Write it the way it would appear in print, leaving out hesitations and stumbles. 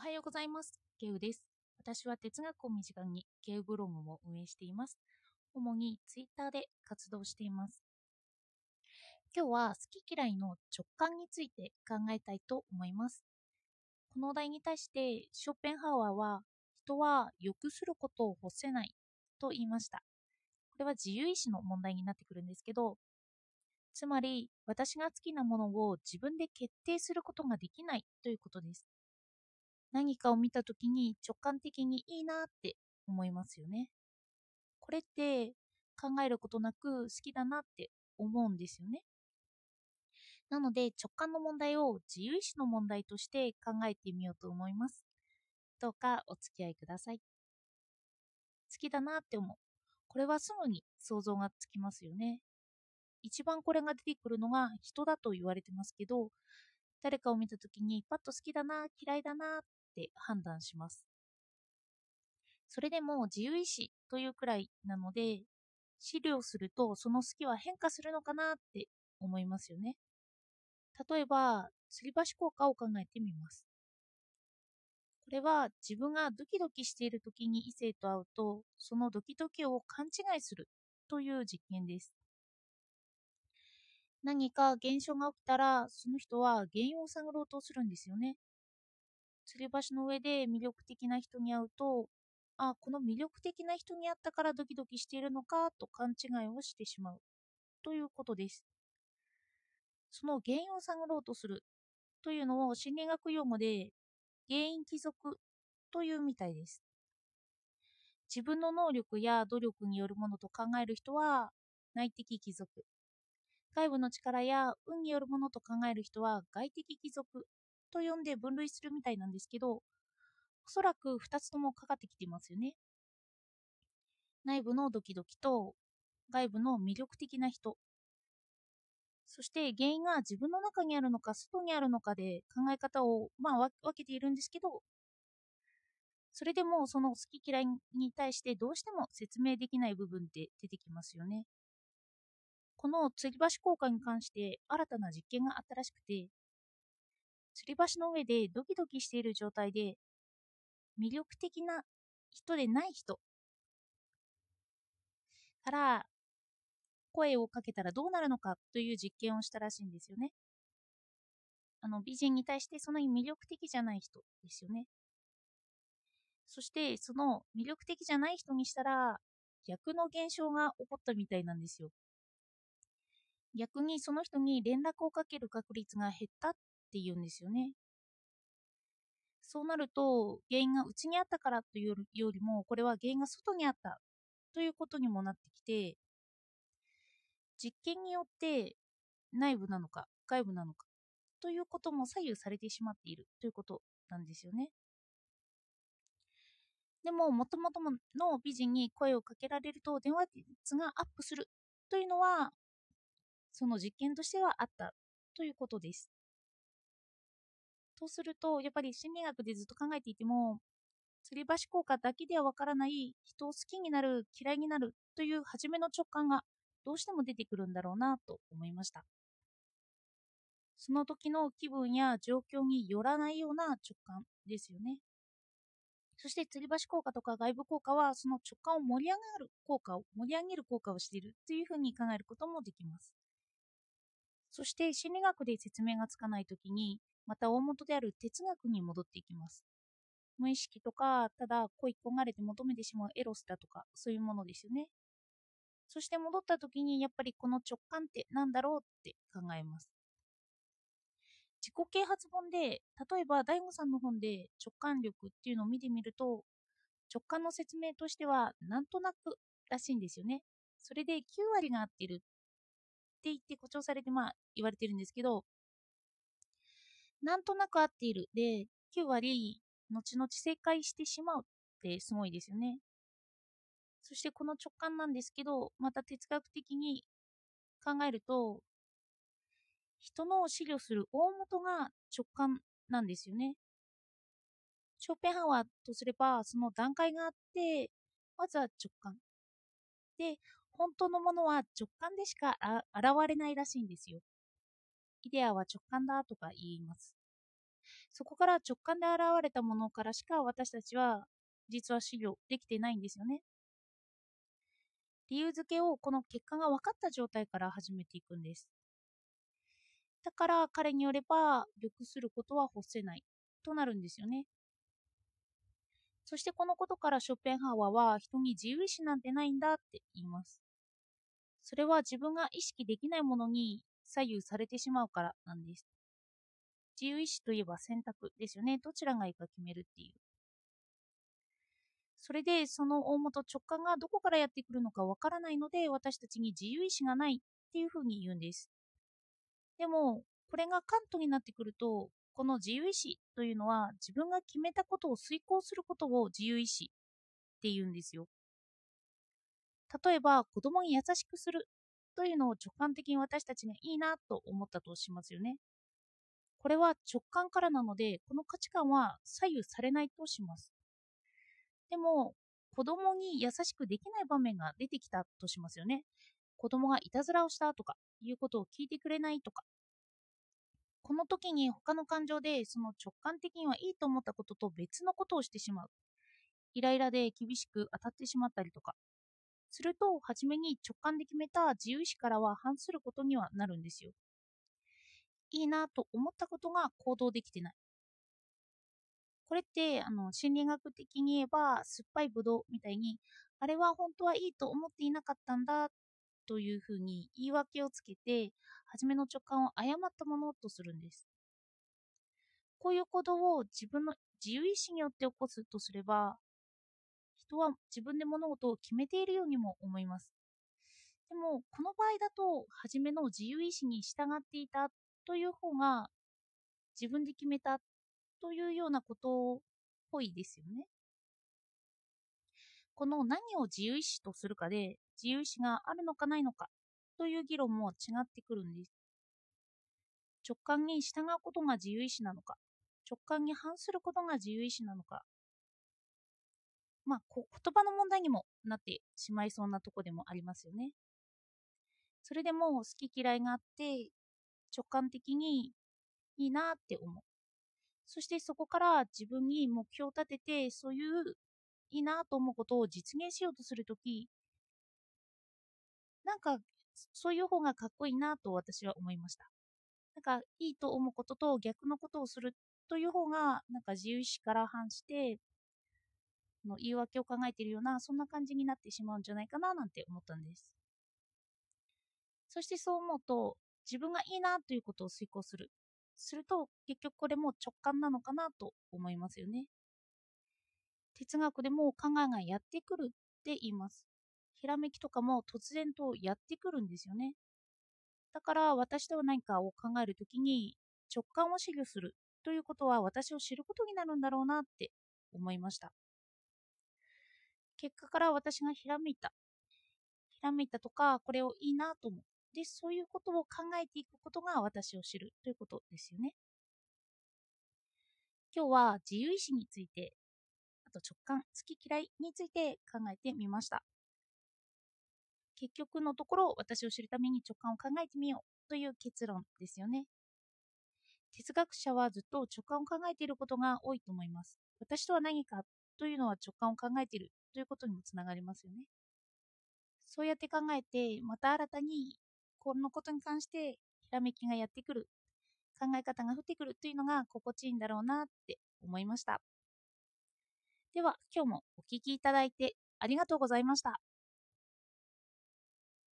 おはようございます。ケウです。私は哲学を身近にケウブログも運営しています。主にツイッターで活動しています。今日は好き嫌いの直感について考えたいと思います。このお題に対してショーペンハワーは人は欲することを欲せないと言いました。これは自由意志の問題になってくるんですけど、つまり私が好きなものを自分で決定することができないということです。何かを見たときに直感的にいいなって思いますよね。これって考えることなく好きだなって思うんですよね。なので直感の問題を自由意志の問題として考えてみようと思います。どうかお付き合いください。好きだなって思う。これはすぐに想像がつきますよね。一番これが出てくるのが人だと言われてますけど、誰かを見たときにパッと好きだな、嫌いだなって判断します。それでも自由意志というくらいなので、資料するとその好きは変化するのかなって思いますよね。例えば、吊り橋効果を考えてみます。これは自分がドキドキしている時に異性と会うと、そのドキドキを勘違いするという実験です。何か現象が起きたら、その人は原因を探ろうとするんですよね。吊り橋の上で魅力的な人に会うと、この魅力的な人に会ったからドキドキしているのかと勘違いをしてしまうということです。その原因を探ろうとするというのを心理学用語で原因帰属というみたいです。自分の能力や努力によるものと考える人は内的帰属。外部の力や運によるものと考える人は外的帰属と呼んで分類するみたいなんですけど、おそらく2つともかかってきていますよね。内部のドキドキと外部の魅力的な人。そして原因が自分の中にあるのか外にあるのかで考え方を分けているんですけど、それでもその好き嫌いに対してどうしても説明できない部分って出てきますよね。この吊り橋効果に関して新たな実験があったらしくて、吊り橋の上でドキドキしている状態で魅力的な人でない人から声をかけたらどうなるのかという実験をしたらしいんですよね。美人に対してその魅力的じゃない人ですよね。そしてその魅力的じゃない人にしたら逆の現象が起こったみたいなんですよ。逆にその人に連絡をかける確率が減ったっていうんですよね。そうなると原因が内にあったからというよりも、これは原因が外にあったということにもなってきて、実験によって内部なのか外部なのかということも左右されてしまっているということなんですよね。でも、もともとの美人に声をかけられると電話率がアップするというのは、その実験としてはあったということです。とすると、やっぱり心理学でずっと考えていても、吊り橋効果だけではわからない人を好きになる、嫌いになるという初めの直感がどうしても出てくるんだろうなと思いました。その時の気分や状況によらないような直感ですよね。そして吊り橋効果とか外部効果はその直感を盛り上げる効果をしているというふうに考えることもできます。そして心理学で説明がつかないときに、また大元である哲学に戻っていきます。無意識とか、ただ恋焦がれて求めてしまうエロスだとか、そういうものですよね。そして戻ったときに、やっぱりこの直感って何だろうって考えます。自己啓発本で、例えば大悟さんの本で直感力っていうのを見てみると、直感の説明としてはなんとなくらしいんですよね。それで9割が合ってるって言って誇張されて言われてるんですけど、なんとなく合っているで9割後々正解してしまうってすごいですよね。そしてこの直感なんですけど、また哲学的に考えると、人の思慮する大元が直感なんですよね。ショーペンハワーとすれば、その段階があって、まずは直感。で、本当のものは直感でしか現れないらしいんですよ。イデアは直感だとか言います。 そこから直感で現れたものからしか私たちは実は資料できてないんですよね。理由付けをこの結果が分かった状態から始めていくんです。だから彼によれば、欲することは欲せないとなるんですよね。そしてこのことからショッペンハーワーは人に自由意志なんてないんだって言います。それは自分が意識できないものに左右されてしまうからなんです。自由意志といえば選択ですよね。どちらがいいか決めるっていう。それでその大元直感がどこからやってくるのかわからないので私たちに自由意志がないっていうふうに言うんです。でもこれがカントになってくるとこの自由意志というのは自分が決めたことを遂行することを自由意志って言うんですよ。例えば子供に優しくするというのを直感的に私たちがいいなと思ったとしますよね。これは直感からなのでこの価値観は左右されないとします。でも子供に優しくできない場面が出てきたとしますよね。子供がいたずらをしたとかいうことを聞いてくれないとか、この時に他の感情でその直感的にはいいと思ったことと別のことをしてしまう。イライラで厳しく当たってしまったりとかすると、初めに直感で決めた自由意志からは反することにはなるんですよ。いいなと思ったことが行動できてない。これって心理学的に言えば酸っぱいブドウみたいに、あれは本当はいいと思っていなかったんだというふうに言い訳をつけて初めの直感を誤ったものとするんです。こういう行動を自分の自由意志によって起こすとすれば、人は自分で物事を決めているようにも思います。でもこの場合だと初めの自由意志に従っていたという方が自分で決めたというようなことっぽいですよね。この何を自由意志とするかで自由意志があるのかないのかという議論も違ってくるんです。直感に従うことが自由意志なのか、直感に反することが自由意志なのか、言葉の問題にもなってしまいそうなとこでもありますよね。それでも好き嫌いがあって直感的にいいなって思う。そしてそこから自分に目標を立ててそういういいなと思うことを実現しようとするとき、なんかそういう方がかっこいいなと私は思いました。なんかいいと思うことと逆のことをするという方がなんか自由意志から反しての言い訳を考えているようなそんな感じになってしまうんじゃないかななんて思ったんです。そしてそう思うと自分がいいなということを遂行すると結局これも直感なのかなと思いますよね。哲学でも考えがやってくるって言います。ひらめきとかも突然とやってくるんですよね。だから私とは何かを考えるときに直感を支持するということは私を知ることになるんだろうなって思いました。結果から私がひらめいたとかこれをいいなと思う。で、そういうことを考えていくことが私を知るということですよね。今日は自由意志について、あと直感、好き嫌いについて考えてみました。結局のところ私を知るために直感を考えてみようという結論ですよね。哲学者はずっと直感を考えていることが多いと思います。私とは何かというのは直感を考えているということにもつながりますよね。そうやって考えてまた新たにこのことに関してひらめきがやってくる、考え方が降ってくるというのが心地いいんだろうなって思いました。では今日もお聞きいただいてありがとうございました。